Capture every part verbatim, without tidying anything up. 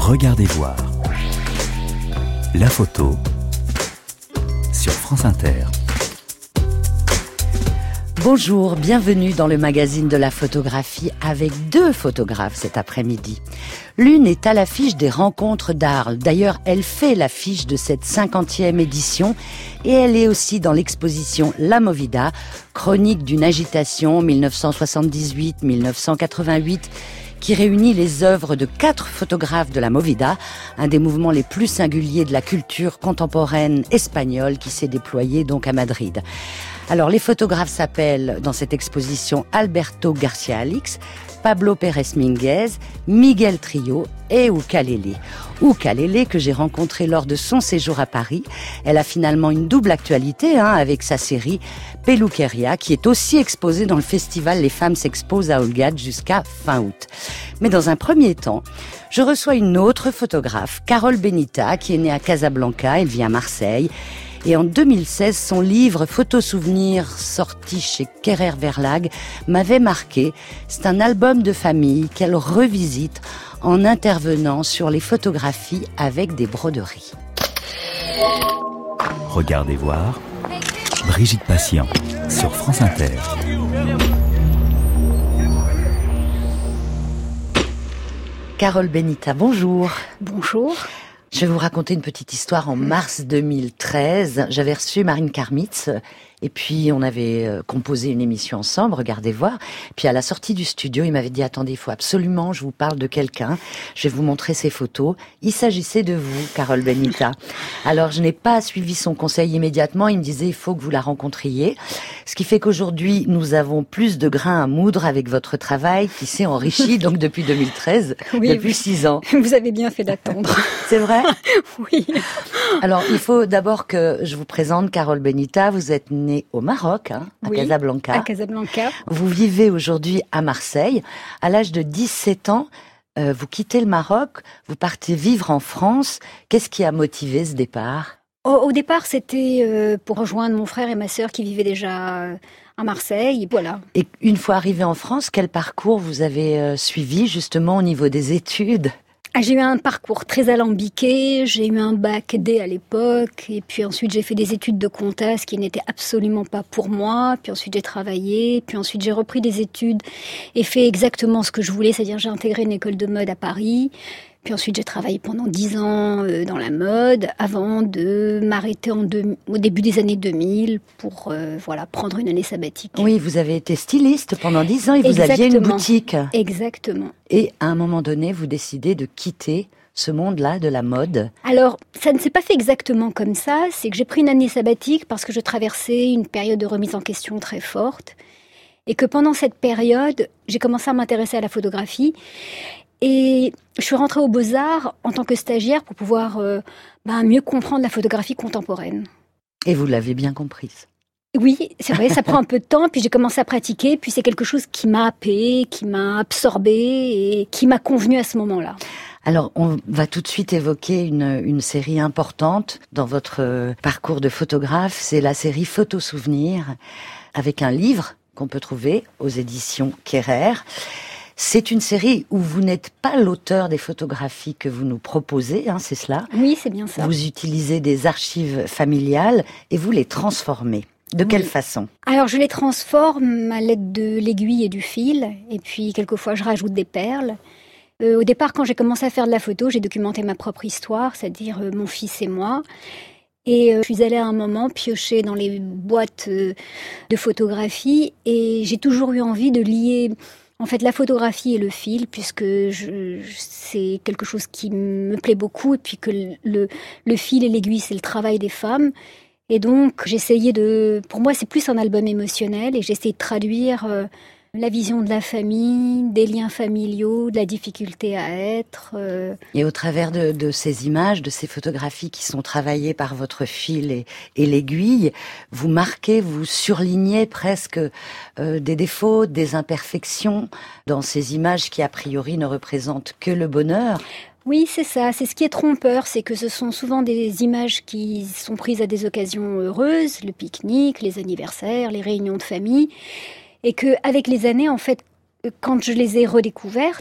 Regardez voir. La photo sur France Inter. Bonjour, bienvenue dans le magazine de la photographie avec deux photographes cet après-midi. L'une est à l'affiche des Rencontres d'Arles. D'ailleurs, elle fait l'affiche de cette cinquantième édition et elle est aussi dans l'exposition La Movida, chronique d'une agitation dix-neuf cent soixante-dix-huit à dix-neuf cent quatre-vingt-huit, qui réunit les œuvres de quatre photographes de la Movida, un des mouvements les plus singuliers de la culture contemporaine espagnole qui s'est déployé donc à Madrid. Alors, les photographes s'appellent, dans cette exposition, Alberto Garcia Alix, Pablo Pérez Mínguez, Miguel Trillo et Ukalele. Ukalele, que j'ai rencontré lors de son séjour à Paris. Elle a finalement une double actualité hein, avec sa série Peluqueria, qui est aussi exposée dans le festival Les Femmes s'exposent à Olgate jusqu'à fin août. Mais dans un premier temps, je reçois une autre photographe, Carole Benita, qui est née à Casablanca, elle vit à Marseille. Et en deux mille seize, son livre Photosouvenirs, sorti chez Kerrer Verlag, m'avait marqué. C'est un album de famille qu'elle revisite en intervenant sur les photographies avec des broderies. Regardez voir. Brigitte Patient sur France Inter. Carole Benita, bonjour. Bonjour. Je vais vous raconter une petite histoire. En mars deux mille treize, j'avais reçu Marine Karmitz et puis on avait composé une émission ensemble, Regardez voir. Puis à la sortie du studio, il m'avait dit « Attendez, il faut absolument, je vous parle de quelqu'un. Je vais vous montrer ses photos. » Il s'agissait de vous, Carole Benita. Alors je n'ai pas suivi son conseil immédiatement. Il me disait « Il faut que vous la rencontriez. » Ce qui fait qu'aujourd'hui, nous avons plus de grains à moudre avec votre travail qui s'est enrichi donc depuis deux mille treize, oui, depuis six ans. Vous avez bien fait d'attendre. C'est vrai ? Oui. Alors, il faut d'abord que je vous présente Carole Benita. Vous êtes née au Maroc, hein, à oui, Casablanca. à Casablanca. Vous vivez aujourd'hui à Marseille. À l'âge de dix-sept ans, euh, vous quittez le Maroc, vous partez vivre en France. Qu'est-ce qui a motivé ce départ ? Au, au départ, c'était euh, pour rejoindre mon frère et ma sœur qui vivaient déjà euh, à Marseille. Voilà. Et une fois arrivé en France, quel parcours vous avez euh, suivi justement au niveau des études ? J'ai eu un parcours très alambiqué, j'ai eu un bac D à l'époque, et puis ensuite j'ai fait des études de compta, ce qui n'était absolument pas pour moi, puis ensuite j'ai travaillé, puis ensuite j'ai repris des études et fait exactement ce que je voulais, c'est-à-dire j'ai intégré une école de mode à Paris, puis ensuite j'ai travaillé pendant dix ans dans la mode, avant de m'arrêter en deux, au début des années deux mille pour euh, voilà, prendre une année sabbatique. Oui, vous avez été styliste pendant dix ans et vous Exactement. aviez une boutique. Exactement. Et à un moment donné, vous décidez de quitter ce monde-là de la mode. Alors, ça ne s'est pas fait exactement comme ça. C'est que j'ai pris une année sabbatique parce que je traversais une période de remise en question très forte. Et que pendant cette période, j'ai commencé à m'intéresser à la photographie. Et je suis rentrée aux Beaux-Arts en tant que stagiaire pour pouvoir euh, ben, mieux comprendre la photographie contemporaine. Et vous l'avez bien comprise. Oui, c'est vrai, ça prend un peu de temps, puis j'ai commencé à pratiquer, puis c'est quelque chose qui m'a happée, qui m'a absorbée et qui m'a convenu à ce moment-là. Alors, on va tout de suite évoquer une, une série importante dans votre parcours de photographe, c'est la série Photosouvenirs, avec un livre qu'on peut trouver aux éditions Kerrer. C'est une série où vous n'êtes pas l'auteur des photographies que vous nous proposez, hein, c'est cela ? Oui, c'est bien ça. Vous utilisez des archives familiales et vous les transformez. De quelle oui. façon ? Alors, je les transforme à l'aide de l'aiguille et du fil, et puis quelquefois je rajoute des perles. Euh, au départ, quand j'ai commencé à faire de la photo, j'ai documenté ma propre histoire, c'est-à-dire euh, mon fils et moi. Et euh, je suis allée à un moment piocher dans les boîtes euh, de photographie, et j'ai toujours eu envie de lier en fait la photographie et le fil, puisque je, c'est quelque chose qui me plaît beaucoup, et puis que le, le fil et l'aiguille, c'est le travail des femmes. Et donc, j'essayais de... Pour moi, c'est plus un album émotionnel et j'essayais de traduire euh, la vision de la famille, des liens familiaux, de la difficulté à être. Euh... Et au travers de, de ces images, de ces photographies qui sont travaillées par votre fil et, et l'aiguille, vous marquez, vous surlignez presque euh, des défauts, des imperfections dans ces images qui, a priori, ne représentent que le bonheur. Oui, c'est ça. C'est ce qui est trompeur, c'est que ce sont souvent des images qui sont prises à des occasions heureuses, le pique-nique, les anniversaires, les réunions de famille, et que avec les années, en fait, quand je les ai redécouvertes,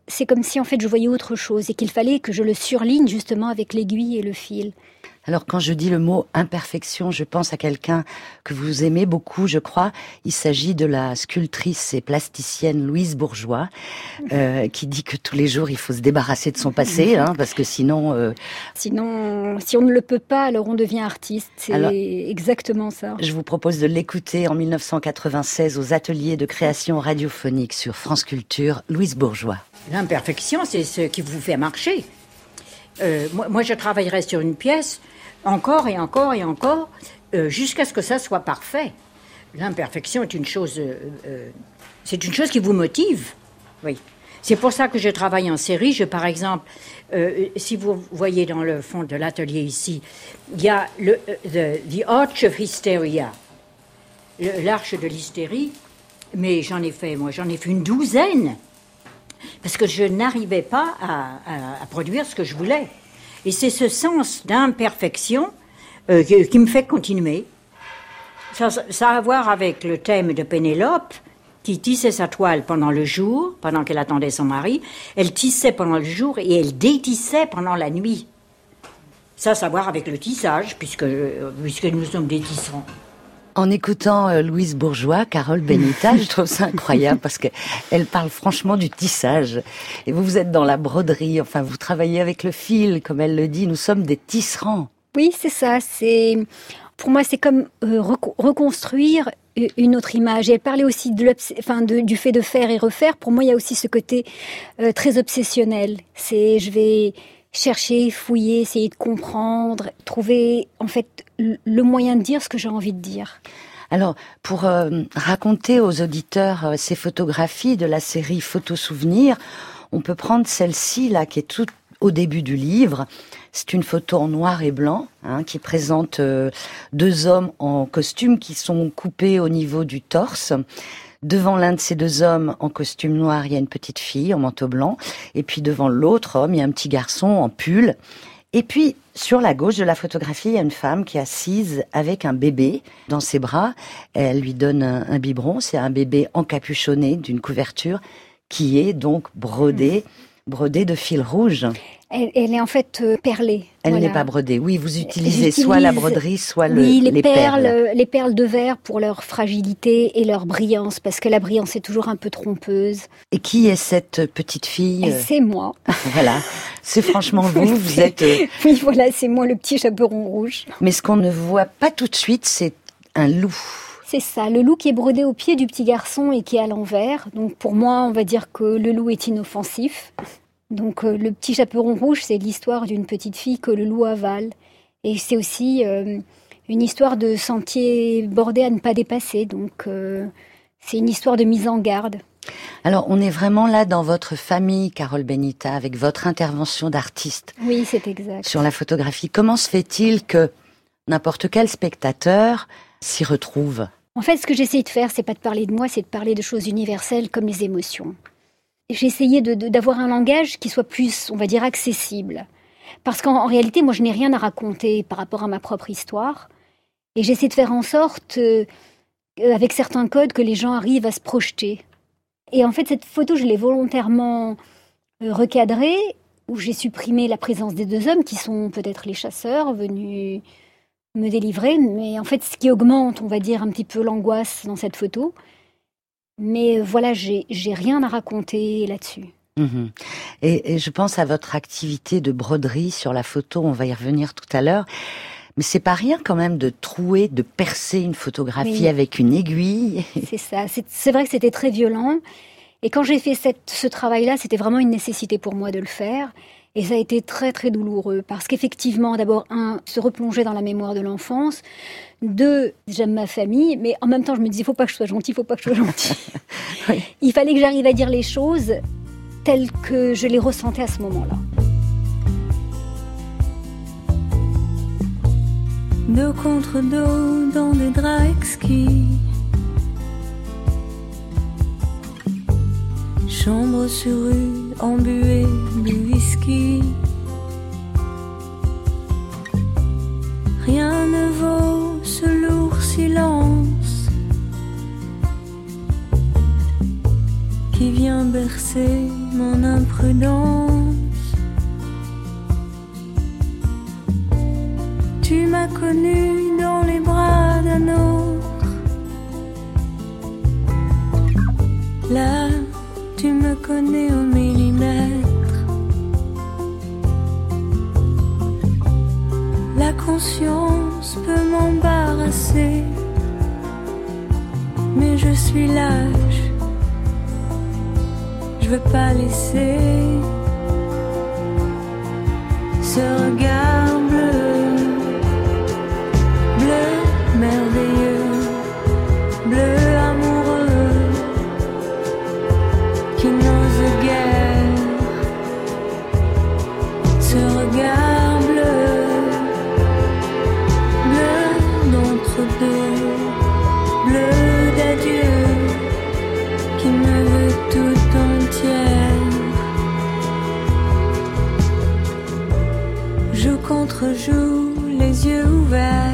c'est comme si en fait je voyais autre chose et qu'il fallait que je le surligne justement avec l'aiguille et le fil. Alors quand je dis le mot imperfection, je pense à quelqu'un que vous aimez beaucoup, je crois. Il s'agit de la sculptrice et plasticienne Louise Bourgeois, euh, qui dit que tous les jours il faut se débarrasser de son passé, hein, parce que sinon... Euh... Sinon, si on ne le peut pas, alors on devient artiste. C'est alors, exactement ça. Je vous propose de l'écouter en mille neuf cent quatre-vingt-seize aux ateliers de création radiophonique sur France Culture, Louise Bourgeois. L'imperfection, c'est ce qui vous fait marcher. Euh, moi, moi, je travaillerai sur une pièce encore et encore et encore, euh, jusqu'à ce que ça soit parfait. L'imperfection est une chose, euh, euh, c'est une chose qui vous motive. Oui. C'est pour ça que je travaille en série. Je, par exemple, euh, si vous voyez dans le fond de l'atelier ici, il y a le euh, the, the Arch of Hysteria, le, l'arche de l'hystérie. Mais j'en ai fait, moi, j'en ai fait une douzaine, parce que je n'arrivais pas à, à, à produire ce que je voulais. Et c'est ce sens d'imperfection euh, qui, qui me fait continuer. Ça, ça a à voir avec le thème de Pénélope, qui tissait sa toile pendant le jour, pendant qu'elle attendait son mari. Elle tissait pendant le jour et elle détissait pendant la nuit. Ça, ça a à voir avec le tissage, puisque, puisque nous sommes des tissants. En écoutant euh, Louise Bourgeois, Carole Benita, je trouve ça incroyable parce qu'elle parle franchement du tissage. Et vous, vous êtes dans la broderie, enfin vous travaillez avec le fil, comme elle le dit, nous sommes des tisserands. Oui, c'est ça. C'est, pour moi, c'est comme euh, rec- reconstruire une autre image. Et elle parlait aussi de enfin, de, du fait de faire et refaire. Pour moi, il y a aussi ce côté euh, très obsessionnel. C'est, je vais chercher, fouiller, essayer de comprendre, trouver en fait le moyen de dire ce que j'ai envie de dire. Alors, pour euh, raconter aux auditeurs euh, ces photographies de la série Photos-souvenirs, on peut prendre celle-ci là qui est tout au début du livre. C'est une photo en noir et blanc hein, qui présente euh, deux hommes en costume qui sont coupés au niveau du torse. Devant l'un de ces deux hommes en costume noir, il y a une petite fille en manteau blanc. Et puis devant l'autre homme, il y a un petit garçon en pull. Et puis, sur la gauche de la photographie, il y a une femme qui est assise avec un bébé dans ses bras. Elle lui donne un, un biberon. C'est un bébé encapuchonné d'une couverture qui est donc brodé, brodé de fil rouge. Elle, elle est en fait euh, perlée. Elle voilà. n'est pas brodée. Oui, vous utilisez J'utilise, soit la broderie, soit le, oui, les, les perles, perles. Les perles de verre pour leur fragilité et leur brillance, parce que la brillance est toujours un peu trompeuse. Et qui est cette petite fille ? C'est moi. Voilà, c'est franchement vous, vous êtes... Euh... Oui, voilà, c'est moi le petit chaperon rouge. Mais ce qu'on ne voit pas tout de suite, c'est un loup. C'est ça, le loup qui est brodé au pied du petit garçon et qui est à l'envers. Donc pour moi, on va dire que le loup est inoffensif. Donc euh, le petit chaperon rouge, c'est l'histoire d'une petite fille que le loup avale. Et c'est aussi euh, une histoire de sentier bordé à ne pas dépasser. Donc euh, c'est une histoire de mise en garde. Alors on est vraiment là dans votre famille, Carole Benita, avec votre intervention d'artiste. Oui, c'est exact. Sur la photographie. Comment se fait-il que n'importe quel spectateur s'y retrouve ? En fait, ce que j'essaie de faire, c'est pas de parler de moi, c'est de parler de choses universelles comme les émotions. J'ai essayé de, de, d'avoir un langage qui soit plus, on va dire, accessible. Parce qu'en en réalité, moi, je n'ai rien à raconter par rapport à ma propre histoire. Et j'essaie de faire en sorte, euh, avec certains codes, que les gens arrivent à se projeter. Et en fait, cette photo, je l'ai volontairement euh, recadrée, où j'ai supprimé la présence des deux hommes, qui sont peut-être les chasseurs venus me délivrer. Mais en fait, ce qui augmente, on va dire, un petit peu l'angoisse dans cette photo. Mais voilà, j'ai, j'ai rien à raconter là-dessus. Mmh. Et, et je pense à votre activité de broderie sur la photo, on va y revenir tout à l'heure. Mais c'est pas rien quand même de trouer, de percer une photographie oui. avec une aiguille. C'est ça, c'est, c'est vrai que c'était très violent. Et quand j'ai fait cette, ce travail-là, c'était vraiment une nécessité pour moi de le faire. Et ça a été très très douloureux parce qu'effectivement, d'abord, un, se replonger dans la mémoire de l'enfance. Deux, j'aime ma famille, mais en même temps, je me disais, il faut pas que je sois gentille, il faut pas que je sois gentille. Oui. Il fallait que j'arrive à dire les choses telles que je les ressentais à ce moment-là. Dos contre dos dans des draps exquis, chambre sur rue, embuée de whisky. Rien ne vaut ce lourd silence qui vient bercer mon imprudence. Tu m'as connu dans les bras d'un autre. Là, tu me connais au millimètre. La conscience peut m'embarrasser, mais je suis lâche. Je veux pas laisser ce regard bleu, bleu merveilleux, bleu amoureux, qui n'ose guère. Ce regard bleu, bleu d'entre deux, bleu d'adieu, qui me veut tout entière. Joue contre joue, les yeux ouverts.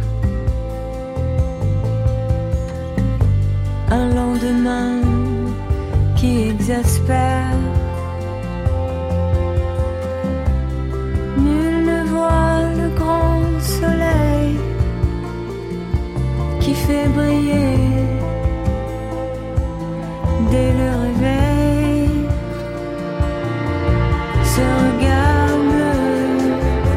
Un lendemain qui exaspère. Nul ne voit le grand soleil qui fait briller dès le réveil ce regard bleu,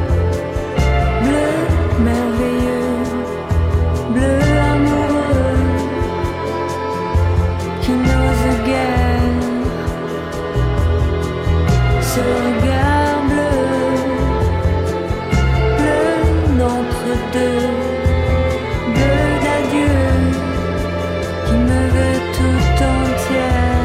bleu merveilleux, bleu amoureux, qui n'ose guère. Ce regard bleu, bleu d'entre deux, bleu d'adieu, qui me veut tout entière.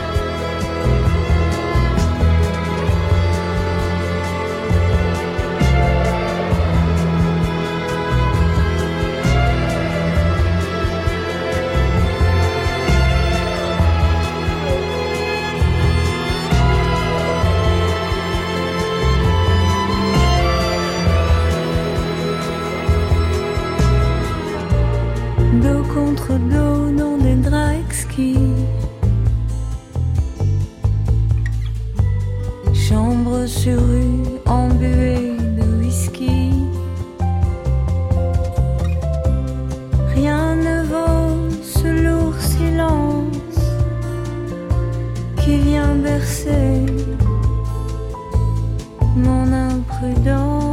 Dos contre dos dans des draps exquis. Chambre sur rue embuée de whisky. Rien ne vaut ce lourd silence qui vient bercer mon imprudence.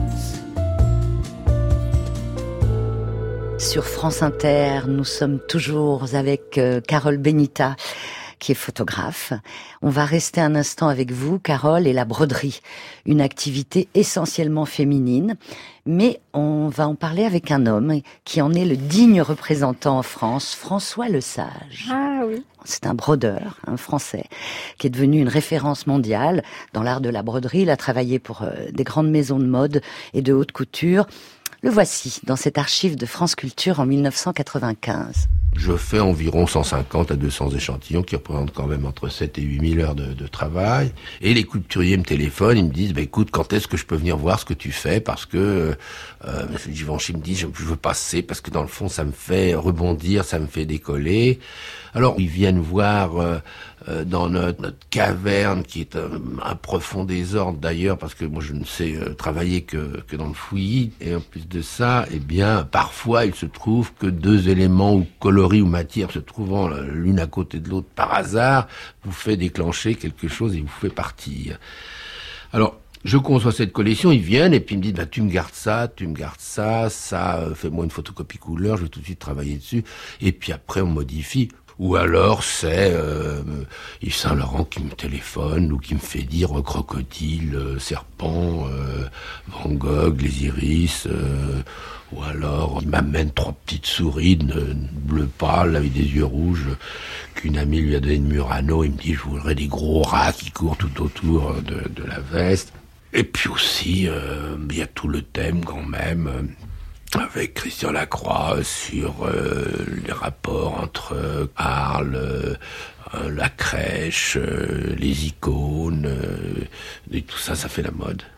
Sur France Inter, nous sommes toujours avec euh, Carole Benita, qui est photographe. On va rester un instant avec vous, Carole, et la broderie, une activité essentiellement féminine, mais on va en parler avec un homme qui en est le digne représentant en France, François Lesage. Ah oui. C'est un brodeur, un Français, qui est devenu une référence mondiale dans l'art de la broderie. Il a travaillé pour euh, des grandes maisons de mode et de haute couture. Le voici dans cette archive de France Culture en mille neuf cent quatre-vingt-quinze. Je fais environ cent cinquante à deux cents échantillons qui représentent quand même entre sept et huit mille heures de, de travail. Et les couturiers me téléphonent, ils me disent bah, « Écoute, quand est-ce que je peux venir voir ce que tu fais ?» Parce que euh, Givenchy me dit « Je veux passer parce que dans le fond, ça me fait rebondir, ça me fait décoller. » Alors, ils viennent voir euh, euh, dans notre, notre caverne, qui est un, un profond désordre d'ailleurs, parce que moi je ne sais euh, travailler que, que dans le fouillis. Et en plus de ça, eh bien, parfois il se trouve que deux éléments ou coloris ou matières se trouvant l'une à côté de l'autre par hasard, vous fait déclencher quelque chose et vous fait partir. Alors, je conçois cette collection, ils viennent et puis ils me disent bah, tu me gardes ça, tu me gardes ça, ça, euh, fais-moi une photocopie couleur, je vais tout de suite travailler dessus. Et puis après on modifie. Ou alors c'est euh, Yves Saint-Laurent qui me téléphone ou qui me fait dire euh, crocodile, euh, serpent, euh, Van Gogh, les iris. Euh, ou alors il m'amène trois petites souris de bleu pâle avec des yeux rouges qu'une amie lui a donné de Murano. Il me dit je voudrais des gros rats qui courent tout autour de, de la veste. Et puis aussi euh, il y a tout le thème quand même. Euh, avec Christian Lacroix sur euh, les rapports entre euh, Arles, euh, la crèche, euh, les icônes, euh, et tout ça, ça fait la mode.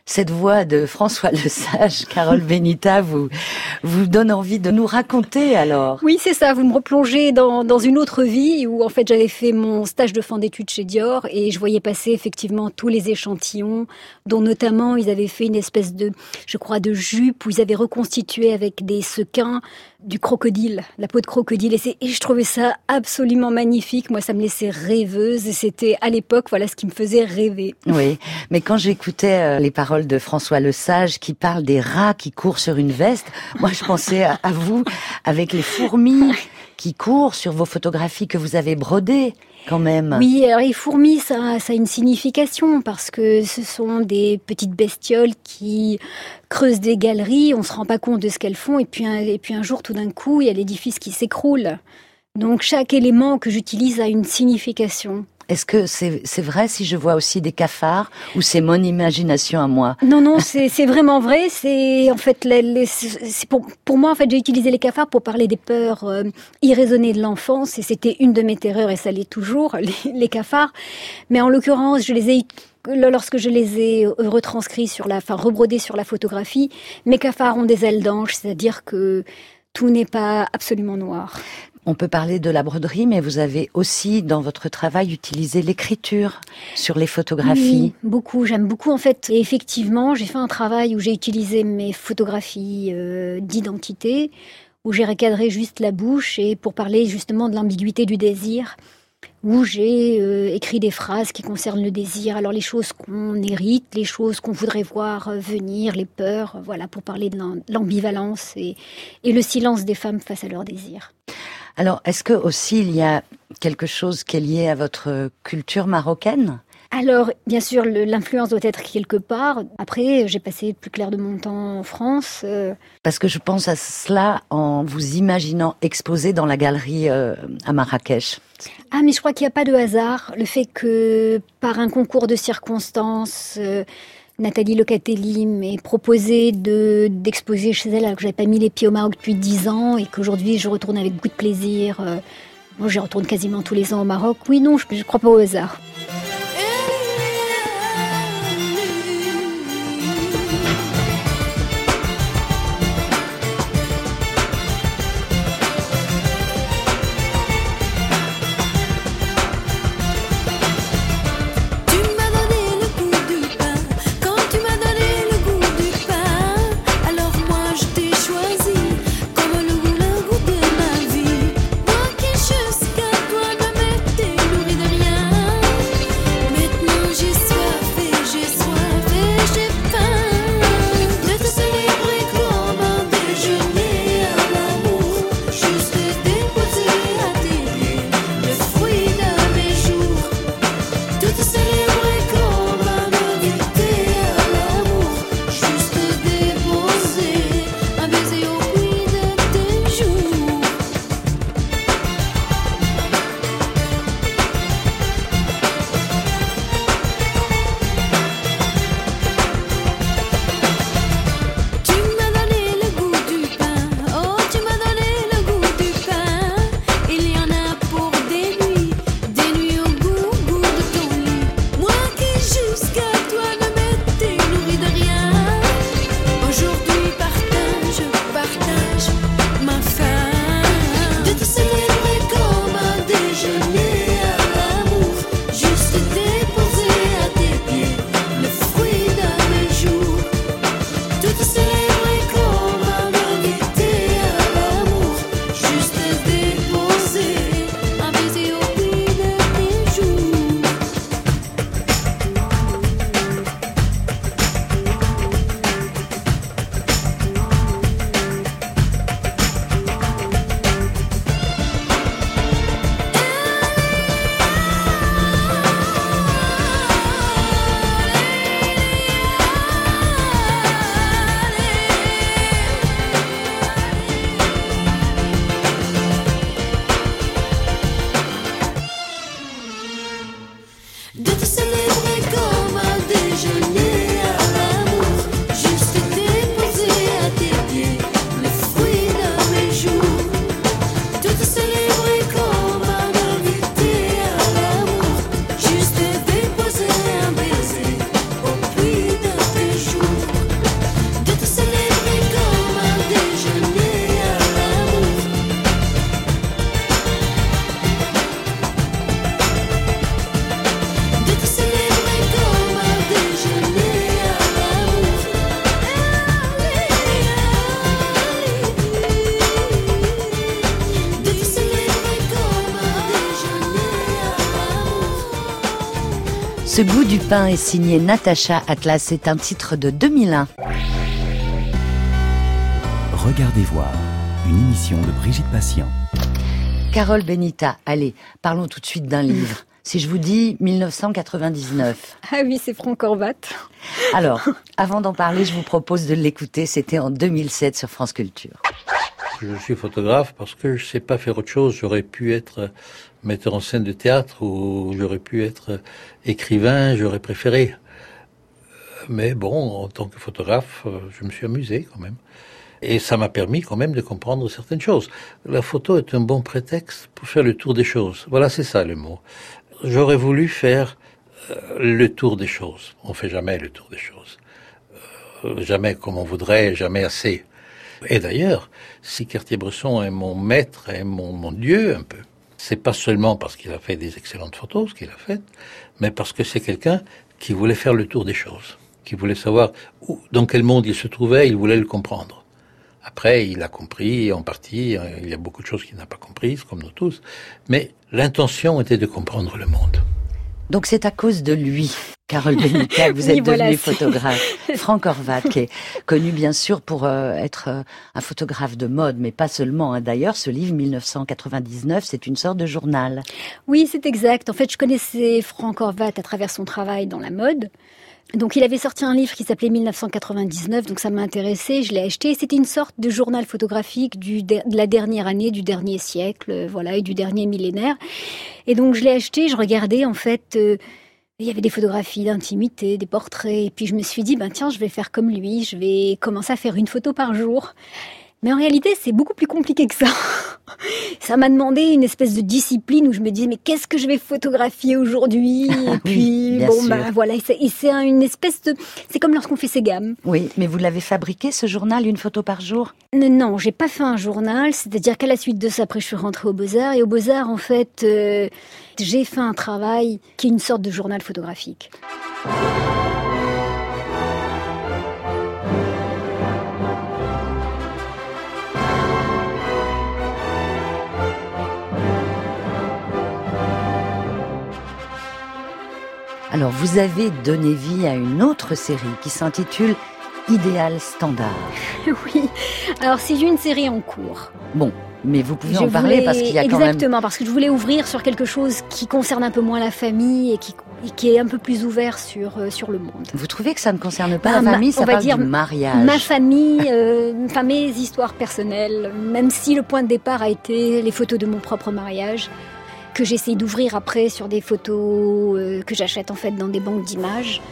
Cette voix de François Lesage, Carole Benita, vous, vous donne envie de nous raconter alors. Oui, c'est ça. Vous me replongez dans, dans une autre vie où en fait j'avais fait mon stage de fin d'études chez Dior et je voyais passer effectivement tous les échantillons, dont notamment ils avaient fait une espèce de, je crois, de jupe où ils avaient reconstitué avec des sequins du crocodile, la peau de crocodile. Et, c'est, et je trouvais ça absolument magnifique. Moi, ça me laissait rêveuse et c'était à l'époque, voilà, ce qui me faisait rêver. Oui, mais quand j'écoutais les paroles de François Lesage qui parle des rats qui courent sur une veste, moi je pensais à, à vous avec les fourmis qui courent sur vos photographies que vous avez brodées quand même. Oui, alors les fourmis, ça, ça a une signification parce que ce sont des petites bestioles qui creusent des galeries, on se rend pas compte de ce qu'elles font et puis un, et puis un jour tout d'un coup il y a l'édifice qui s'écroule. Donc chaque élément que j'utilise a une signification. Est-ce que c'est, c'est vrai si je vois aussi des cafards ou c'est mon imagination à moi? Non, non, c'est, c'est vraiment vrai. C'est en fait, les, les, c'est pour, pour moi, en fait, j'ai utilisé les cafards pour parler des peurs euh, irraisonnées de l'enfance et c'était une de mes terreurs et ça l'est toujours, les, les cafards. Mais en l'occurrence, je les ai lorsque je les ai retranscrits sur la, enfin rebrodés sur la photographie, mes cafards ont des ailes d'ange, c'est-à-dire que tout n'est pas absolument noir. On peut parler de la broderie, mais vous avez aussi, dans votre travail, utilisé l'écriture sur les photographies. Oui, beaucoup. J'aime beaucoup, en fait. Et effectivement, j'ai fait un travail où j'ai utilisé mes photographies euh, d'identité, où j'ai recadré juste la bouche et pour parler justement de l'ambiguïté du désir, où j'ai euh, écrit des phrases qui concernent le désir. Alors les choses qu'on hérite, les choses qu'on voudrait voir venir, les peurs, voilà, pour parler de l'ambivalence et, et le silence des femmes face à leur désir. Alors, est-ce que aussi il y a quelque chose qui est lié à votre culture marocaine ? Alors, bien sûr, le, l'influence doit être quelque part. Après, j'ai passé le plus clair de mon temps en France. Euh... Parce que je pense à cela en vous imaginant exposé dans la galerie euh, à Marrakech. Ah, mais je crois qu'il n'y a pas de hasard. Le fait que, par un concours de circonstances... Euh, Nathalie Locatelli m'ait proposé de, d'exposer chez elle alors que je n'avais pas mis les pieds au Maroc depuis dix ans et qu'aujourd'hui je retourne avec beaucoup de plaisir. Euh, moi, je retourne quasiment tous les ans au Maroc. Oui, non, je ne crois pas au hasard. Ce goût du pain est signé Natacha Atlas, c'est un titre de deux mille un. Regardez voir, une émission de Brigitte Patient. Carole Benita, allez, parlons tout de suite d'un livre. Si je vous dis mille neuf cent quatre-vingt-dix-neuf. Ah oui, c'est Franck Horvat. Alors, avant d'en parler, je vous propose de l'écouter. C'était en deux mille sept sur France Culture. Je suis photographe parce que je ne sais pas faire autre chose. J'aurais pu être metteur en scène de théâtre ou j'aurais pu être écrivain, j'aurais préféré. Mais bon, en tant que photographe, je me suis amusé quand même. Et ça m'a permis quand même de comprendre certaines choses. La photo est un bon prétexte pour faire le tour des choses. Voilà, c'est ça le mot. J'aurais voulu faire euh, le tour des choses. On fait jamais le tour des choses. Euh, jamais comme on voudrait, jamais assez. Et d'ailleurs, si Cartier-Bresson est mon maître, est mon, mon dieu un peu, c'est pas seulement parce qu'il a fait des excellentes photos, ce qu'il a fait, mais parce que c'est quelqu'un qui voulait faire le tour des choses, qui voulait savoir où, dans quel monde il se trouvait, il voulait le comprendre. Après, il a compris, en partie, il y a beaucoup de choses qu'il n'a pas comprises, comme nous tous, mais l'intention était de comprendre le monde. Donc c'est à cause de lui, Carole Benita, que vous êtes oui, voilà, devenue c'est... photographe. Franck Horvat, qui est connu bien sûr pour euh, être euh, un photographe de mode, mais pas seulement. Hein. D'ailleurs, ce livre, mille neuf cent quatre-vingt-dix-neuf, c'est une sorte de journal. Oui, c'est exact. En fait, je connaissais Franck Horvat à travers son travail dans la mode. Donc, il avait sorti un livre qui s'appelait mille neuf cent quatre-vingt-dix-neuf, donc ça m'a intéressée, je l'ai acheté. C'était une sorte de journal photographique du, de la dernière année, du dernier siècle, voilà, et du dernier millénaire. Et donc, je l'ai acheté, je regardais, en fait, euh, il y avait des photographies d'intimité, des portraits, et puis je me suis dit, ben tiens, je vais faire comme lui, je vais commencer à faire une photo par jour. Mais en réalité, c'est beaucoup plus compliqué que ça. Ça m'a demandé une espèce de discipline où je me disais, mais qu'est-ce que je vais photographier aujourd'hui? Et puis, oui, bon, sûr. bah voilà. Et c'est, et c'est une espèce de, c'est comme lorsqu'on fait ses gammes. Oui, mais vous l'avez fabriqué, ce journal, une photo par jour? Non, non, j'ai pas fait un journal. C'est-à-dire qu'à la suite de ça, après, je suis rentrée aux Beaux-Arts. Et aux Beaux-Arts, en fait, euh, j'ai fait un travail qui est une sorte de journal photographique. Alors, vous avez donné vie à une autre série qui s'intitule Idéal Standard. Oui, alors c'est une série en cours. Bon, mais vous pouvez Je en parler voulais- parce qu'il y a quand Exactement, même... parce que je voulais ouvrir sur quelque chose qui concerne un peu moins la famille et qui, et qui est un peu plus ouvert sur, euh, sur le monde. Vous trouvez que ça ne concerne pas Bah, la ma- famille, on ça va parle dire du mariage? Ma famille, euh, enfin mes histoires personnelles, même si le point de départ a été les photos de mon propre mariage, que j'essaie d'ouvrir après sur des photos euh, que j'achète en fait dans des banques d'images.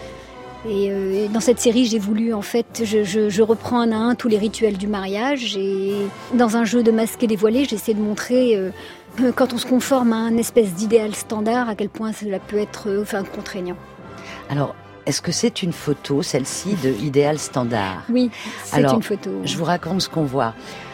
Et euh, dans cette série, j'ai voulu en fait, je, je, je reprends un à un tous les rituels du mariage et dans un jeu de masque et dévoilé, j'essaie de montrer euh, euh, quand on se conforme à un espèce d'idéal standard, à quel point cela peut être euh, enfin contraignant. Alors, est-ce que c'est une photo, celle-ci, de Idéal Standard? Oui, c'est Alors, une photo. Je vous raconte ce qu'on voit.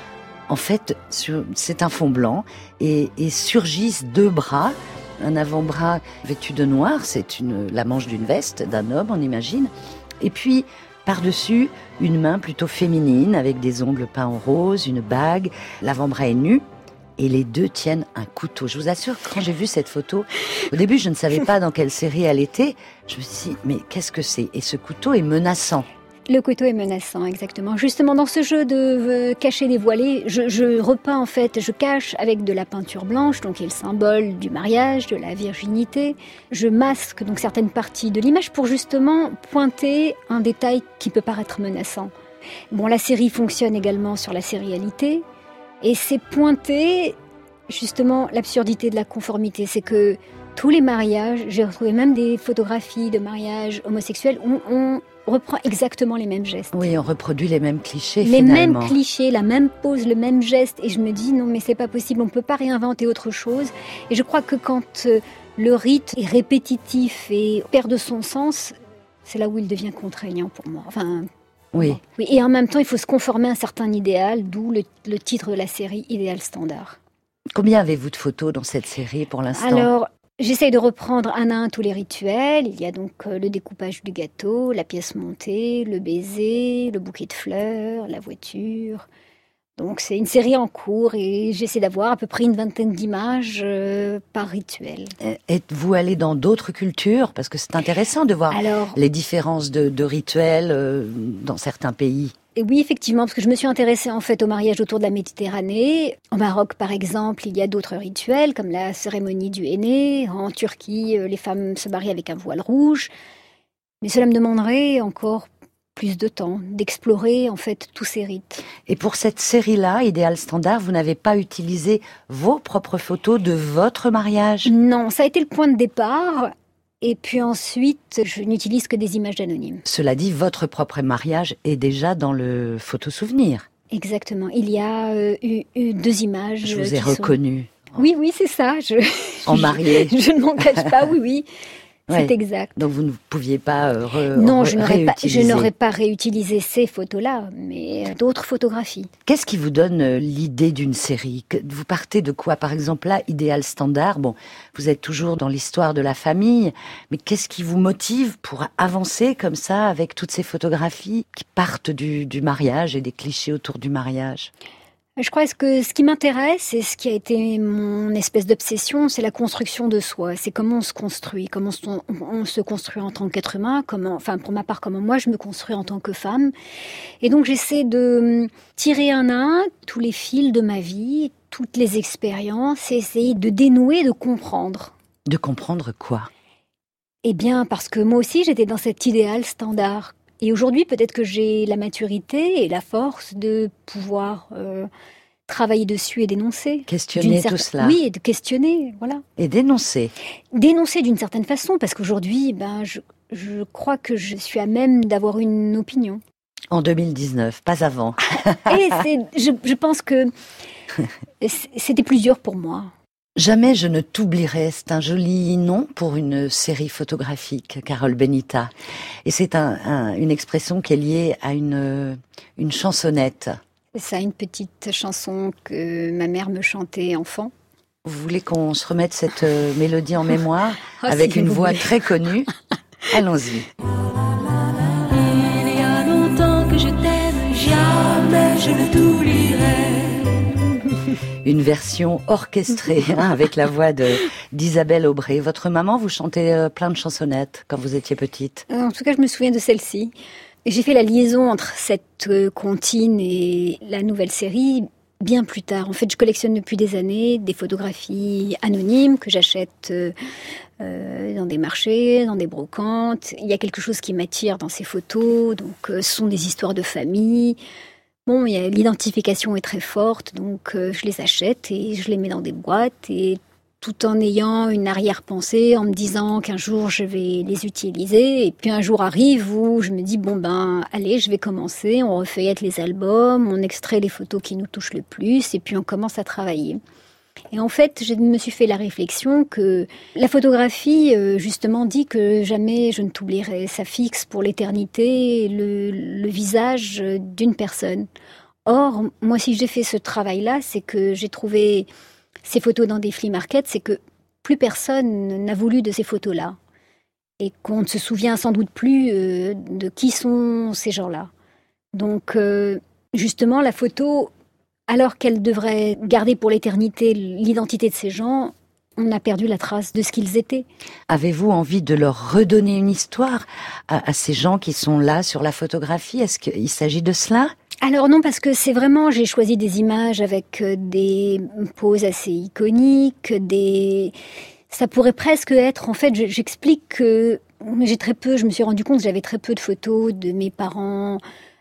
En fait, sur- c'est un fond blanc et, et surgissent deux bras, un avant-bras vêtu de noir, c'est une, la manche d'une veste d'un homme, on imagine, et puis par-dessus, une main plutôt féminine avec des ongles peints en rose, une bague, l'avant-bras est nu, et les deux tiennent un couteau. Je vous assure que quand j'ai vu cette photo, au début je ne savais pas dans quelle série elle était, je me suis dit, mais qu'est-ce que c'est? Et ce couteau est menaçant. Le couteau est menaçant, exactement. Justement, dans ce jeu de euh, cacher dévoiler, je, je repeins en fait, je cache avec de la peinture blanche, donc qui est le symbole du mariage, de la virginité. Je masque donc certaines parties de l'image pour justement pointer un détail qui peut paraître menaçant. Bon, la série fonctionne également sur la sérialité, et c'est pointer justement l'absurdité de la conformité. C'est que tous les mariages, j'ai retrouvé même des photographies de mariages homosexuels où on reprend exactement les mêmes gestes. Oui, on reproduit les mêmes clichés Les finalement. mêmes clichés, la même pose, le même geste. Et je me dis, non, mais c'est pas possible, on peut pas réinventer autre chose. Et je crois que quand euh, le rite est répétitif et perd de son sens, c'est là où il devient contraignant pour moi. Enfin, Oui. oui. Et en même temps, il faut se conformer à un certain idéal, d'où le, le titre de la série, Idéal Standard. Combien avez-vous de photos dans cette série pour l'instant? Alors, j'essaye de reprendre un à un tous les rituels. Il y a donc euh, le découpage du gâteau, la pièce montée, le baiser, le bouquet de fleurs, la voiture, Donc c'est une série en cours et j'essaie d'avoir à peu près une vingtaine d'images euh, par rituel. Êtes-vous allé dans d'autres cultures? Parce que c'est intéressant de voir Alors, les différences de, de rituels euh, dans certains pays. Et oui, effectivement, parce que je me suis intéressée en fait au mariage autour de la Méditerranée. Au Maroc, par exemple, il y a d'autres rituels, comme la cérémonie du henné. En Turquie, les femmes se marient avec un voile rouge. Mais cela me demanderait encore plus de temps, d'explorer en fait tous ces rites. Et pour cette série-là, Idéal Standard, vous n'avez pas utilisé vos propres photos de votre mariage? Non, ça a été le point de départ. Et puis ensuite, je n'utilise que des images d'anonymes. Cela dit, votre propre mariage est déjà dans le photosouvenir. Exactement. Il y a euh, eu, eu deux images. Je vous ai reconnue. Sont... Oui, oui, c'est ça. Je... En mariée. Je, je ne m'en cache pas, oui, oui. C'est ouais. exact. Donc vous ne pouviez pas euh, re, Non, re, je n'aurais pas, je réutiliser. n'aurais pas réutilisé ces photos-là, mais d'autres photographies. Qu'est-ce qui vous donne euh, l'idée d'une série? Vous partez de quoi? Par exemple, là, Idéal Standard, bon, vous êtes toujours dans l'histoire de la famille, mais qu'est-ce qui vous motive pour avancer comme ça avec toutes ces photographies qui partent du, du mariage et des clichés autour du mariage? Je crois que ce qui m'intéresse et ce qui a été mon espèce d'obsession, c'est la construction de soi. C'est comment on se construit, comment on, on se construit en tant qu'être humain, comment, enfin pour ma part, comment moi je me construis en tant que femme. Et donc j'essaie de tirer un à un tous les fils de ma vie, toutes les expériences, et essayer de dénouer, de comprendre. De comprendre quoi? Eh bien, parce que moi aussi j'étais dans cet idéal standard. Et aujourd'hui, peut-être que j'ai la maturité et la force de pouvoir euh, travailler dessus et dénoncer. Questionner certain... tout cela. Oui, et de questionner, voilà. Et dénoncer. Dénoncer d'une certaine façon, parce qu'aujourd'hui, ben, je, je crois que je suis à même d'avoir une opinion. En deux mille dix-neuf, pas avant. Et c'est, je, je pense que c'était plus dur pour moi. Jamais je ne t'oublierai, c'est un joli nom pour une série photographique, Carole Benita. Et c'est un, un, une expression qui est liée à une, une chansonnette. C'est ça, une petite chanson que ma mère me chantait enfant. Vous voulez qu'on se remette cette euh, mélodie en mémoire oh, avec si une voix voulez. très connue? Allons-y. Il y a longtemps que je t'aime, jamais je ne t'oublierai. Une version orchestrée hein, avec la voix de, d'Isabelle Aubray. Votre maman vous chantait euh, plein de chansonnettes quand vous étiez petite? En tout cas, je me souviens de celle-ci. Et j'ai fait la liaison entre cette euh, comptine et la nouvelle série bien plus tard. En fait, je collectionne depuis des années des photographies anonymes que j'achète euh, euh, dans des marchés, dans des brocantes. Il y a quelque chose qui m'attire dans ces photos. Donc, euh, ce sont des histoires de famille. Bon, il y a, l'identification est très forte, donc euh, je les achète et je les mets dans des boîtes, et tout en ayant une arrière-pensée, en me disant qu'un jour je vais les utiliser. Et puis un jour arrive où je me dis, bon ben, allez, je vais commencer, on refeuillette les albums, on extrait les photos qui nous touchent le plus, et puis on commence à travailler. Et en fait, je me suis fait la réflexion que la photographie, justement, dit que jamais je ne t'oublierai. Ça fixe pour l'éternité le, le visage d'une personne. Or, moi, si j'ai fait ce travail-là, c'est que j'ai trouvé ces photos dans des flea markets, c'est que plus personne n'a voulu de ces photos-là. Et qu'on ne se souvient sans doute plus de qui sont ces gens-là. Donc, justement, la photo... alors qu'elle devrait garder pour l'éternité l'identité de ces gens, on a perdu la trace de ce qu'ils étaient. Avez-vous envie de leur redonner une histoire à, à ces gens qui sont là sur la photographie? Est-ce qu'il s'agit de cela? Alors non, parce que c'est vraiment, j'ai choisi des images avec des poses assez iconiques, des... ça pourrait presque être, en fait, j'explique que j'ai très peu, je me suis rendu compte que j'avais très peu de photos de mes parents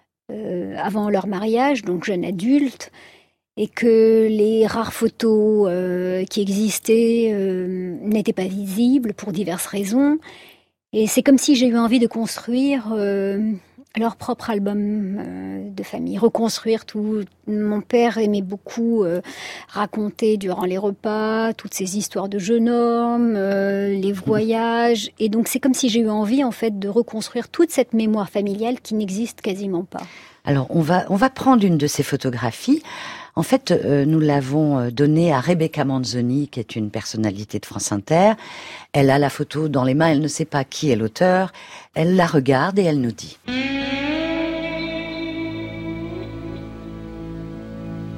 euh, avant leur mariage, donc jeunes adultes, et que les rares photos euh, qui existaient euh, n'étaient pas visibles pour diverses raisons. Et c'est comme si j'ai eu envie de construire euh, leur propre album euh, de famille, reconstruire tout. Mon père aimait beaucoup euh, raconter durant les repas toutes ces histoires de jeunes hommes, euh, les voyages. Et donc c'est comme si j'ai eu envie en fait de reconstruire toute cette mémoire familiale qui n'existe quasiment pas. Alors on va on va prendre une de ces photographies. En fait, euh, nous l'avons donnée à Rebecca Manzoni, qui est une personnalité de France Inter. Elle a la photo dans les mains, elle ne sait pas qui est l'auteur. Elle la regarde et elle nous dit.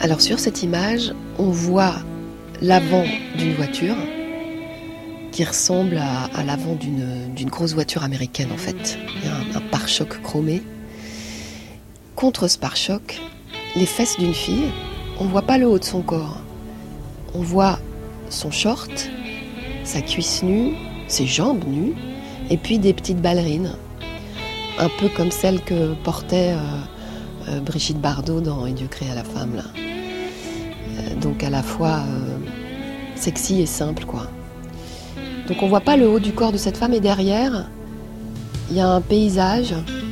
Alors sur cette image, on voit l'avant d'une voiture qui ressemble à, à l'avant d'une, d'une grosse voiture américaine en fait. Il y a un, un pare-choc chromé. Contre ce pare-choc, les fesses d'une fille, on ne voit pas le haut de son corps. On voit son short, sa cuisse nue, ses jambes nues, et puis des petites ballerines. Un peu comme celles que portait euh, euh, Brigitte Bardot dans « Et Dieu créa la femme ». Là. Euh, donc à la fois euh, sexy et simple, quoi. Donc on voit pas le haut du corps de cette femme, et derrière, il y a un paysage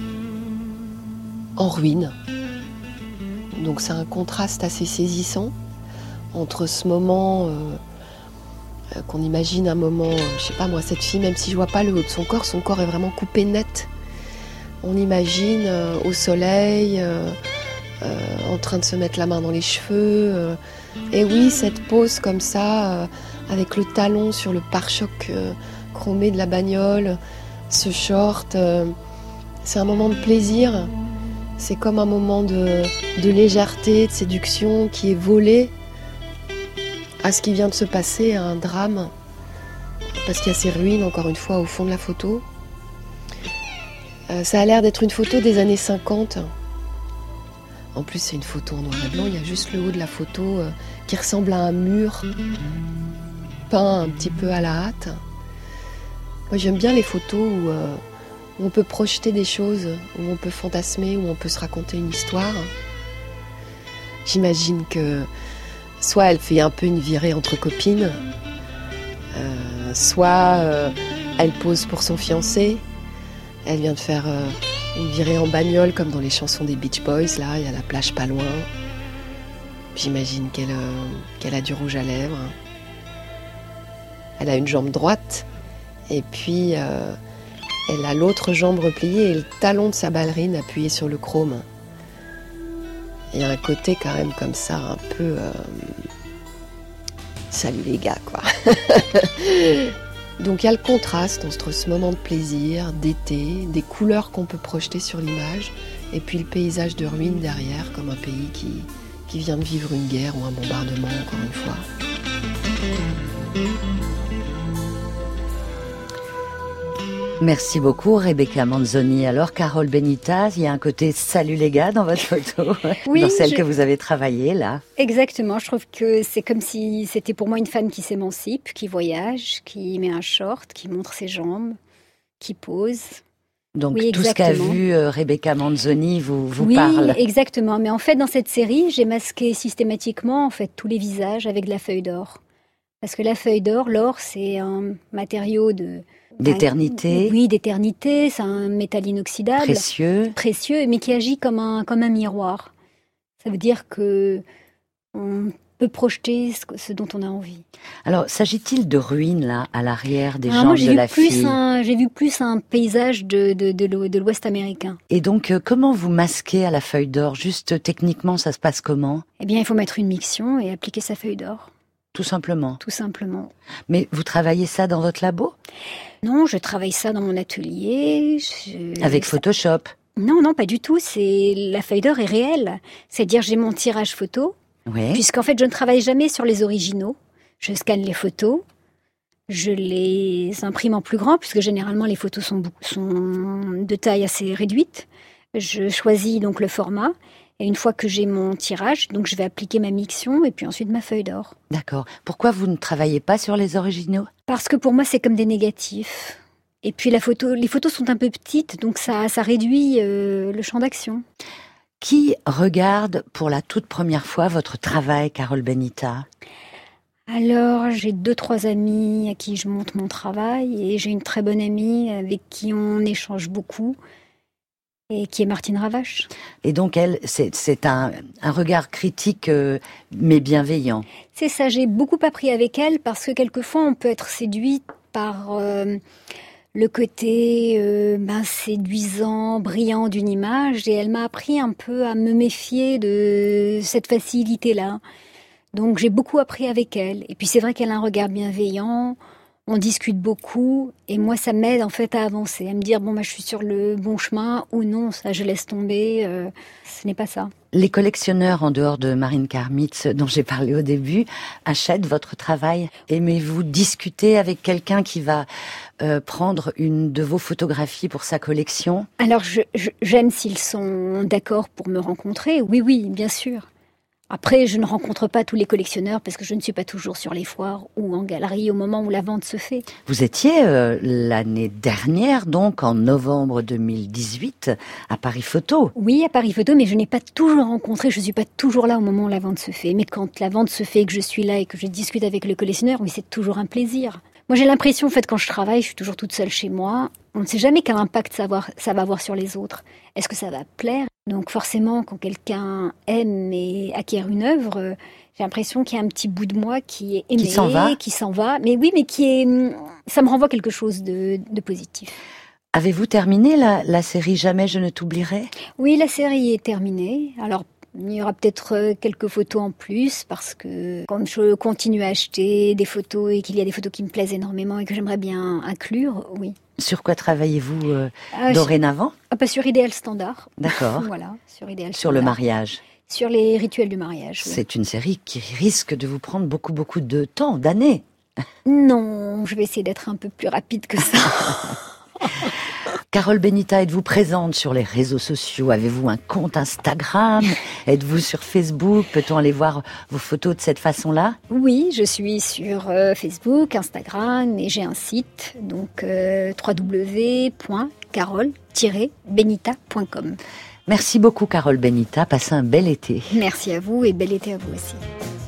en ruine. Donc c'est un contraste assez saisissant entre ce moment euh, qu'on imagine un moment, euh, je sais pas moi, cette fille, même si je vois pas le haut de son corps, son corps est vraiment coupé net. On imagine euh, au soleil, euh, euh, en train de se mettre la main dans les cheveux. Euh, et oui, cette pose comme ça, euh, avec le talon sur le pare-choc euh, chromé de la bagnole, ce short, euh, c'est un moment de plaisir. C'est comme un moment de, de légèreté, de séduction qui est volé à ce qui vient de se passer, à un drame. Parce qu'il y a ces ruines, encore une fois, au fond de la photo. Euh, ça a l'air d'être une photo des années cinquante. En plus, c'est une photo en noir et blanc. Il y a juste le haut de la photo euh, qui ressemble à un mur peint un petit peu à la hâte. Moi, j'aime bien les photos où, euh, où on peut projeter des choses, où on peut fantasmer, où on peut se raconter une histoire. J'imagine que soit elle fait un peu une virée entre copines, euh, soit euh, elle pose pour son fiancé. Elle vient de faire euh, une virée en bagnole comme dans les chansons des Beach Boys, là, il y a la plage pas loin. J'imagine qu'elle, euh, qu'elle a du rouge à lèvres. Elle a une jambe droite et puis euh, elle a l'autre jambe repliée et le talon de sa ballerine appuyé sur le chrome. Il y a un côté quand même comme ça, un peu... Euh... Salut les gars, quoi. Donc il y a le contraste entre ce moment de plaisir, d'été, des couleurs qu'on peut projeter sur l'image, et puis le paysage de ruines derrière, comme un pays qui, qui vient de vivre une guerre ou un bombardement, encore une fois. Merci beaucoup Rebecca Manzoni. Alors Carole Benitaz, il y a un côté salut les gars dans votre photo, oui, dans celle je... que vous avez travaillée là. Exactement, je trouve que c'est comme si c'était pour moi une femme qui s'émancipe, qui voyage, qui met un short, qui montre ses jambes, qui pose. Donc oui, tout ce qu'a vu euh, Rebecca Manzoni vous, vous oui, parle. Oui, exactement. Mais en fait, dans cette série, j'ai masqué systématiquement en fait tous les visages avec de la feuille d'or. Parce que la feuille d'or, l'or, c'est un matériau de... D'éternité. Oui, d'éternité. C'est un métal inoxydable. Précieux. Précieux, mais qui agit comme un, comme un miroir. Ça veut dire que on peut projeter ce, ce dont on a envie. Alors, s'agit-il de ruines, là, à l'arrière des Alors jambes moi, j'ai de vu la plus fille un, J'ai vu plus un paysage de, de, de, de l'Ouest américain. Et donc, euh, comment vous masquez à la feuille d'or? Juste techniquement, ça se passe comment? Eh bien, il faut mettre une miction et appliquer sa feuille d'or. Tout simplement. Tout simplement. Mais vous travaillez ça dans votre labo? Non, je travaille ça dans mon atelier. Je... Avec Photoshop? Non, non, pas du tout. C'est la feuille d'or est réelle. C'est-à-dire, j'ai mon tirage photo. Oui. Puisqu'en fait, je ne travaille jamais sur les originaux. Je scanne les photos. Je les imprime en plus grand, puisque généralement, les photos sont, sont de taille assez réduite. Je choisis donc le format. Et une fois que j'ai mon tirage, donc je vais appliquer ma miction et puis ensuite ma feuille d'or. D'accord. Pourquoi vous ne travaillez pas sur les originaux? Parce que pour moi, c'est comme des négatifs. Et puis la photo, les photos sont un peu petites, donc ça, ça réduit euh, le champ d'action. Qui regarde pour la toute première fois votre travail, Carole Benitaz? Alors, j'ai deux, trois amis à qui je montre mon travail et j'ai une très bonne amie avec qui on échange beaucoup. Et qui est Martine Ravache. Et donc, elle, c'est, c'est un, un regard critique, euh, mais bienveillant. C'est ça, j'ai beaucoup appris avec elle, parce que quelquefois, on peut être séduit par euh, le côté euh, ben, séduisant, brillant d'une image, et elle m'a appris un peu à me méfier de cette facilité-là. Donc, j'ai beaucoup appris avec elle. Et puis, c'est vrai qu'elle a un regard bienveillant. On discute beaucoup et moi, ça m'aide en fait à avancer, à me dire bon, bah, je suis sur le bon chemin ou non, ça je laisse tomber, euh, ce n'est pas ça. Les collectionneurs, en dehors de Marine Karmitz, dont j'ai parlé au début, achètent votre travail. Aimez-vous discuter avec quelqu'un qui va euh, prendre une de vos photographies pour sa collection ? Alors, je, je, j'aime s'ils sont d'accord pour me rencontrer. Oui, oui, bien sûr. Après, je ne rencontre pas tous les collectionneurs parce que je ne suis pas toujours sur les foires ou en galerie au moment où la vente se fait. Vous étiez euh, l'année dernière, donc en novembre deux mille dix-huit, à Paris Photo. Oui, à Paris Photo, mais je n'ai pas toujours rencontré, je ne suis pas toujours là au moment où la vente se fait. Mais quand la vente se fait et que je suis là et que je discute avec le collectionneur, oui, c'est toujours un plaisir. Moi, j'ai l'impression, en fait, quand je travaille, je suis toujours toute seule chez moi. On ne sait jamais quel impact ça va, ça va avoir sur les autres. Est-ce que ça va plaire ? Donc forcément, quand quelqu'un aime et acquiert une œuvre, j'ai l'impression qu'il y a un petit bout de moi qui est aimé, qui s'en va. qui s'en va. Mais oui, mais qui est, ça me renvoie quelque chose de, de positif. Avez-vous terminé la, la série Jamais je ne t'oublierai ? Oui, la série est terminée. Alors, il y aura peut-être quelques photos en plus parce que quand je continue à acheter des photos et qu'il y a des photos qui me plaisent énormément et que j'aimerais bien inclure, oui. Sur quoi travaillez-vous euh, ah, dorénavant ? Ah, pas sur Idéal Standard. D'accord. Voilà, sur Idéal Standard. Sur le mariage. Sur les rituels du mariage. Oui. C'est une série qui risque de vous prendre beaucoup, beaucoup de temps, d'années. Non, je vais essayer d'être un peu plus rapide que ça. Carole Benita, êtes-vous présente sur les réseaux sociaux ? Avez-vous un compte Instagram ? Êtes-vous sur Facebook ? Peut-on aller voir vos photos de cette façon-là ? Oui, je suis sur euh, Facebook, Instagram et j'ai un site, donc euh, w w w point carole tiret benita point com. Merci beaucoup Carole Benita, passez un bel été. Merci à vous et bel été à vous aussi.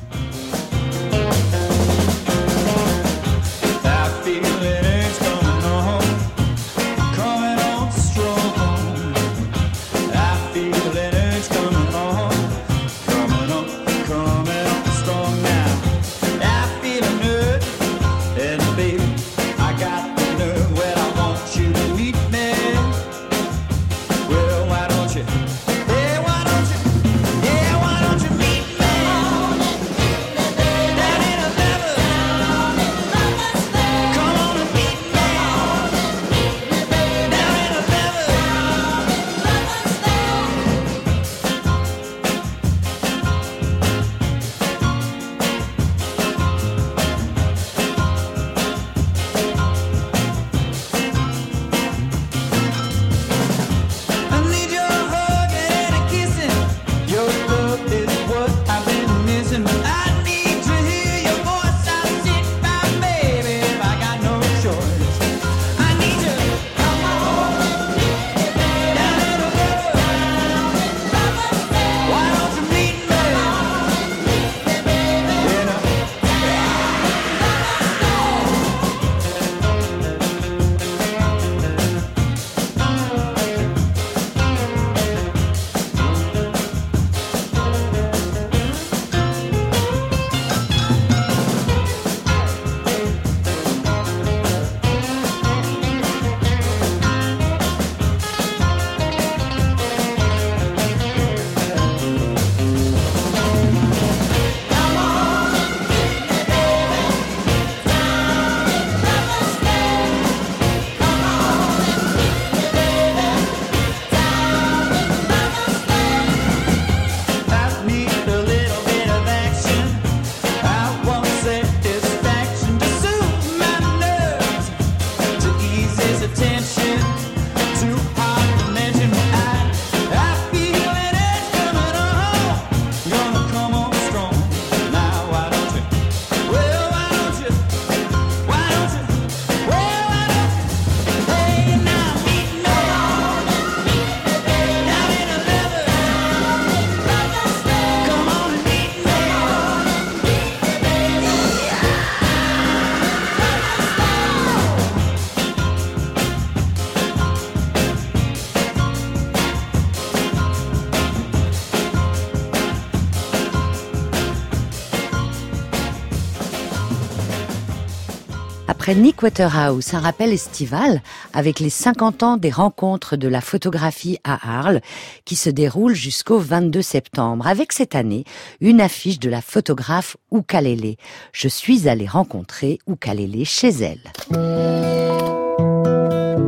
Après Nick Waterhouse, un rappel estival avec les cinquante ans des rencontres de la photographie à Arles qui se déroulent jusqu'au vingt-deux septembre. Avec cette année, une affiche de la photographe Ukalele. Je suis allée rencontrer Ukalele chez elle.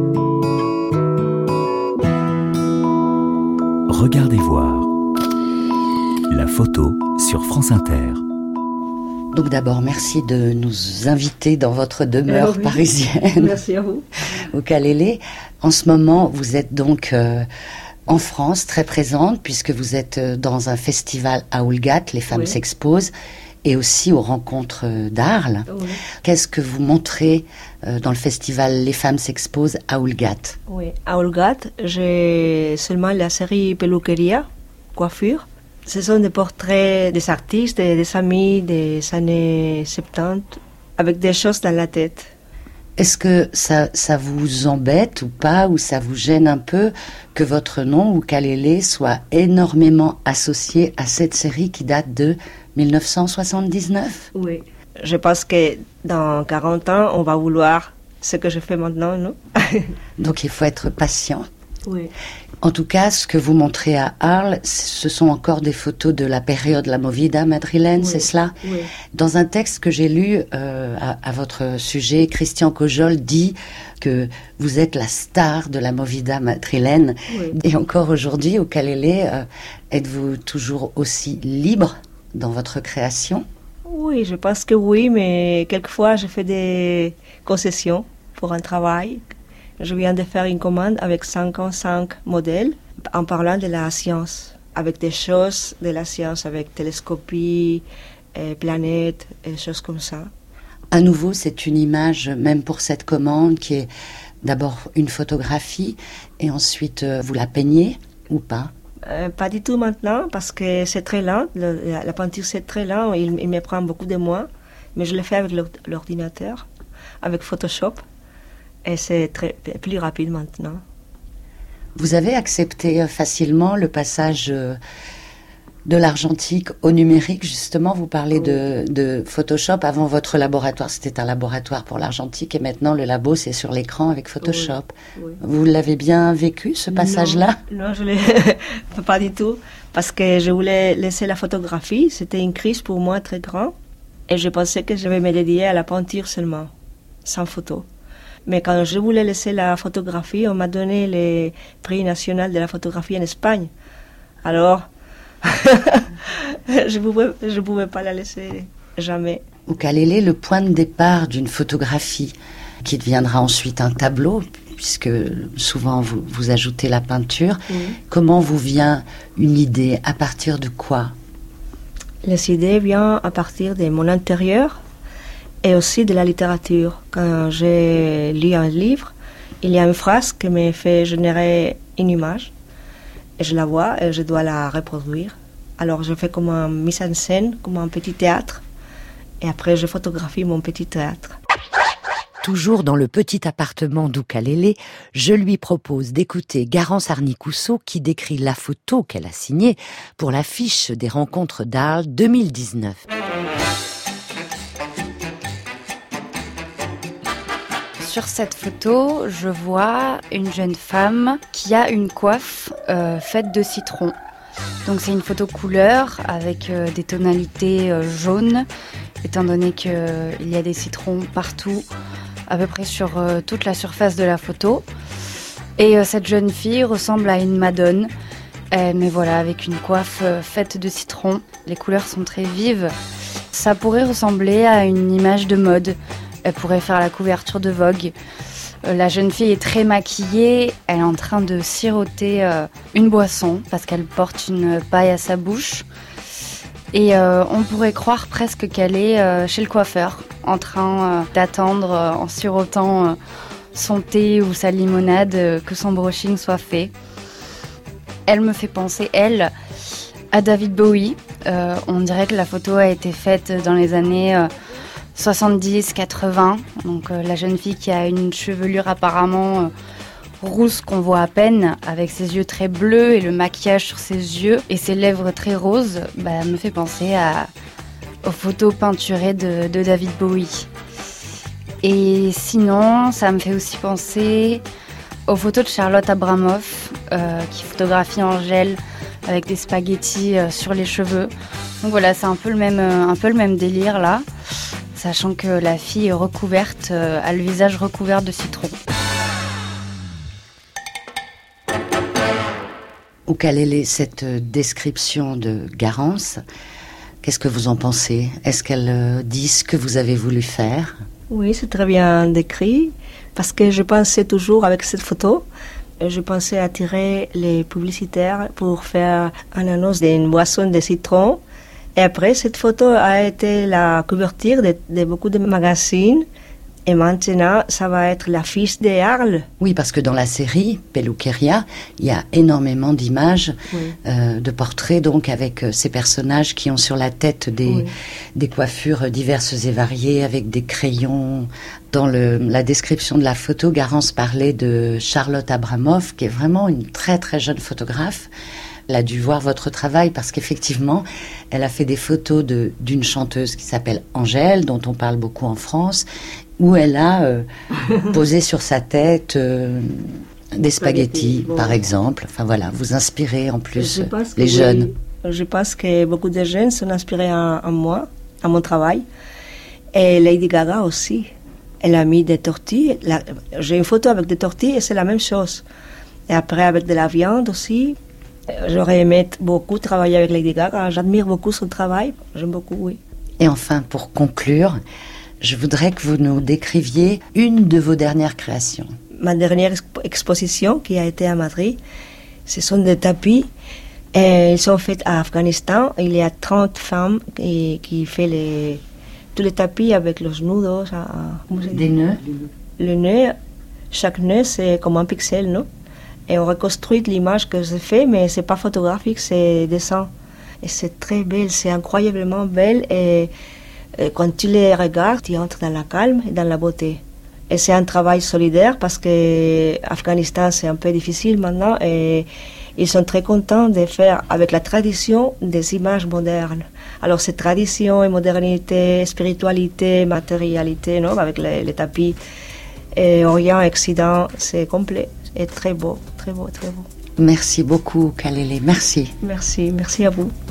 Regardez voir. La photo sur France Inter. Donc d'abord, merci de nous inviter dans votre demeure eh oui. parisienne. Merci à vous. Au Calélé. En ce moment, vous êtes donc euh, en France, très présente, puisque vous êtes dans un festival à Oulgat, Les Femmes Oui. s'exposent, et aussi aux rencontres d'Arles. Oui. Qu'est-ce que vous montrez euh, dans le festival Les Femmes s'exposent à Oulgat? Oui, à Oulgat, j'ai seulement la série Peluqueria, coiffure. Ce sont des portraits des artistes, des, des amis des années soixante-dix, avec des choses dans la tête. Est-ce que ça, ça vous embête ou pas, ou ça vous gêne un peu que votre nom, Ukulélé, soit énormément associé à cette série qui date de mille neuf cent soixante-dix-neuf? Oui. Je pense que dans quarante ans, on va vouloir ce que je fais maintenant, non? Donc il faut être patient. Oui. En tout cas, ce que vous montrez à Arles, ce sont encore des photos de la période La Movida madrilène, Oui. c'est cela? Oui. Dans un texte que j'ai lu euh, à, à votre sujet, Christian Cojol dit que vous êtes la star de la Movida madrilène. Oui. Et encore aujourd'hui, au Calélé, euh, êtes-vous toujours aussi libre dans votre création? Oui, je pense que oui, mais quelquefois, je fais des concessions pour un travail. Je viens de faire une commande avec cinquante-cinq modèles en parlant de la science, avec des choses de la science, avec télescopie, et planètes, et choses comme ça. À nouveau, c'est une image, même pour cette commande, qui est d'abord une photographie, et ensuite euh, vous la peignez ou pas? Euh, pas du tout maintenant, parce que c'est très lent. Le, la, la peinture, c'est très lent. Il, il me prend beaucoup de mois. Mais je le fais avec l'ordinateur, avec Photoshop. Et c'est très, plus rapide maintenant. Vous avez accepté facilement le passage de l'argentique au numérique, justement. Vous parlez de, de Photoshop. Avant, votre laboratoire, c'était un laboratoire pour l'argentique. Et maintenant, le labo, c'est sur l'écran avec Photoshop. Oui, oui. Vous l'avez bien vécu, ce passage-là? Non, non, je ne l'ai pas du tout. Parce que je voulais laisser la photographie. C'était une crise pour moi très grande. Et je pensais que je vais me dédier à la peinture seulement, sans photo. Mais quand je voulais laisser la photographie, on m'a donné le prix national de la photographie en Espagne. Alors, je ne pouvais, je pouvais pas la laisser jamais. Ukulélé, le point de départ d'une photographie qui deviendra ensuite un tableau, puisque souvent vous, vous ajoutez la peinture. Oui. Comment vous vient une idée? À partir de quoi? Les idées viennent à partir de mon intérieur. Et aussi de la littérature. Quand j'ai lu un livre, il y a une phrase qui me fait générer une image. Et je la vois et je dois la reproduire. Alors je fais comme une mise en scène, comme un petit théâtre. Et après je photographie mon petit théâtre. Toujours dans le petit appartement d'Ukulélé, je lui propose d'écouter Garance Arnicousseau qui décrit la photo qu'elle a signée pour l'affiche des rencontres d'Arles deux mille dix-neuf. Sur cette photo, je vois une jeune femme qui a une coiffe euh, faite de citron. Donc c'est une photo couleur avec euh, des tonalités euh, jaunes, étant donné qu'il euh, y a des citrons partout, à peu près sur euh, toute la surface de la photo. Et euh, cette jeune fille ressemble à une madone, euh, mais voilà, avec une coiffe euh, faite de citron. Les couleurs sont très vives. Ça pourrait ressembler à une image de mode. Elle pourrait faire la couverture de Vogue. Euh, la jeune fille est très maquillée. Elle est en train de siroter euh, une boisson parce qu'elle porte une paille à sa bouche. Et euh, on pourrait croire presque qu'elle est euh, chez le coiffeur, en train euh, d'attendre, euh, en sirotant euh, son thé ou sa limonade, euh, que son brushing soit fait. Elle me fait penser, elle, à David Bowie. Euh, on dirait que la photo a été faite dans les années... Euh, soixante-dix quatre-vingts, donc euh, la jeune fille qui a une chevelure apparemment euh, rousse qu'on voit à peine, avec ses yeux très bleus et le maquillage sur ses yeux et ses lèvres très roses, bah, me fait penser à, aux photos peinturées de, de David Bowie. Et sinon, ça me fait aussi penser aux photos de Charlotte Abramoff, euh, qui photographie Angèle avec des spaghettis euh, sur les cheveux. Donc voilà, c'est un peu le même, euh, un peu le même délire là. Sachant que la fille est recouverte, euh, a le visage recouvert de citron. Oukalele, cette description de Garance, qu'est-ce que vous en pensez? Est-ce qu'elle dit ce que vous avez voulu faire? Oui, c'est très bien décrit, parce que je pensais toujours avec cette photo, je pensais attirer les publicitaires pour faire une annonce d'une boisson de citron. Et après, cette photo a été la couverture de, de beaucoup de magazines. Et maintenant, ça va être l'affiche des Arles. Oui, parce que dans la série Peluqueria, il y a énormément d'images, oui. euh, de portraits, donc avec euh, ces personnages qui ont sur la tête des, oui. des coiffures diverses et variées, avec des crayons. Dans le, la description de la photo, Garance parlait de Charlotte Abramoff, qui est vraiment une très très jeune photographe. Elle a dû voir votre travail parce qu'effectivement, elle a fait des photos de, d'une chanteuse qui s'appelle Angèle, dont on parle beaucoup en France, où elle a euh, posé sur sa tête euh, des spaghettis, bon. par exemple. Enfin voilà, vous inspirez en plus les jeunes. Oui, je pense que beaucoup de jeunes sont inspirés en, en moi, à mon travail. Et Lady Gaga aussi. Elle a mis des tortilles. La, j'ai une photo avec des tortilles et c'est la même chose. Et après avec de la viande aussi. J'aurais aimé beaucoup travailler avec Lady Gaga. J'admire beaucoup son travail. J'aime beaucoup, oui. Et enfin, pour conclure, je voudrais que vous nous décriviez une de vos dernières créations. Ma dernière exp- exposition qui a été à Madrid, ce sont des tapis. Et ils sont faits à Afghanistan. Il y a trente femmes qui, qui font les, tous les tapis avec les nudos. À, des nœuds. Le nœud, chaque nœud, c'est comme un pixel, non? Et on reconstruit l'image que j'ai fait, mais c'est pas photographique, c'est dessin. Et c'est très belle, c'est incroyablement belle. Et, et quand tu les regardes, tu entres dans la calme et dans la beauté. Et c'est un travail solidaire parce que Afghanistan, c'est un peu difficile maintenant. Et ils sont très contents de faire avec la tradition des images modernes. Alors, cette tradition et modernité, spiritualité, matérialité, non, avec les, les tapis, et Orient, Occident, c'est complet. Et très beau, très beau, très beau. Merci beaucoup, Oukalele. Merci. Merci, merci à vous.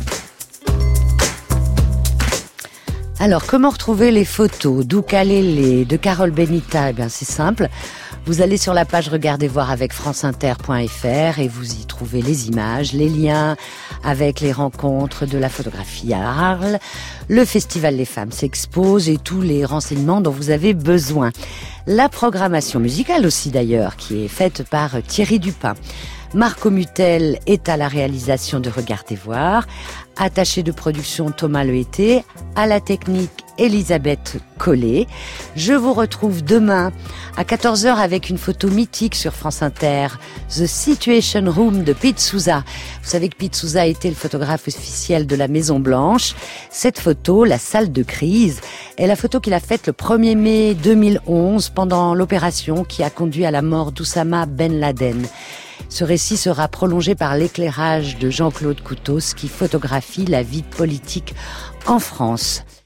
Alors, comment retrouver les photos d'Oukalele, de Carole Benita? Eh bien, c'est simple. Vous allez sur la page Regardez voir avec franceinter point f r et vous y trouvez les images, les liens avec les rencontres de la photographie à Arles. Le Festival Les Femmes s'expose et tous les renseignements dont vous avez besoin. La programmation musicale aussi d'ailleurs, qui est faite par Thierry Dupin. Marco Mutel est à la réalisation de Regardez voir, attaché de production Thomas Lehété, à la technique Elisabeth Collet. Je vous retrouve demain à quatorze heures avec une photo mythique sur France Inter, The Situation Room de Pete Souza. Vous savez que Pete Souza était le photographe officiel de la Maison Blanche. Cette photo, la salle de crise, est la photo qu'il a faite le premier mai deux mille onze pendant l'opération qui a conduit à la mort d'Oussama Ben Laden. Ce récit sera prolongé par l'éclairage de Jean-Claude Coutos qui photographie la vie politique en France.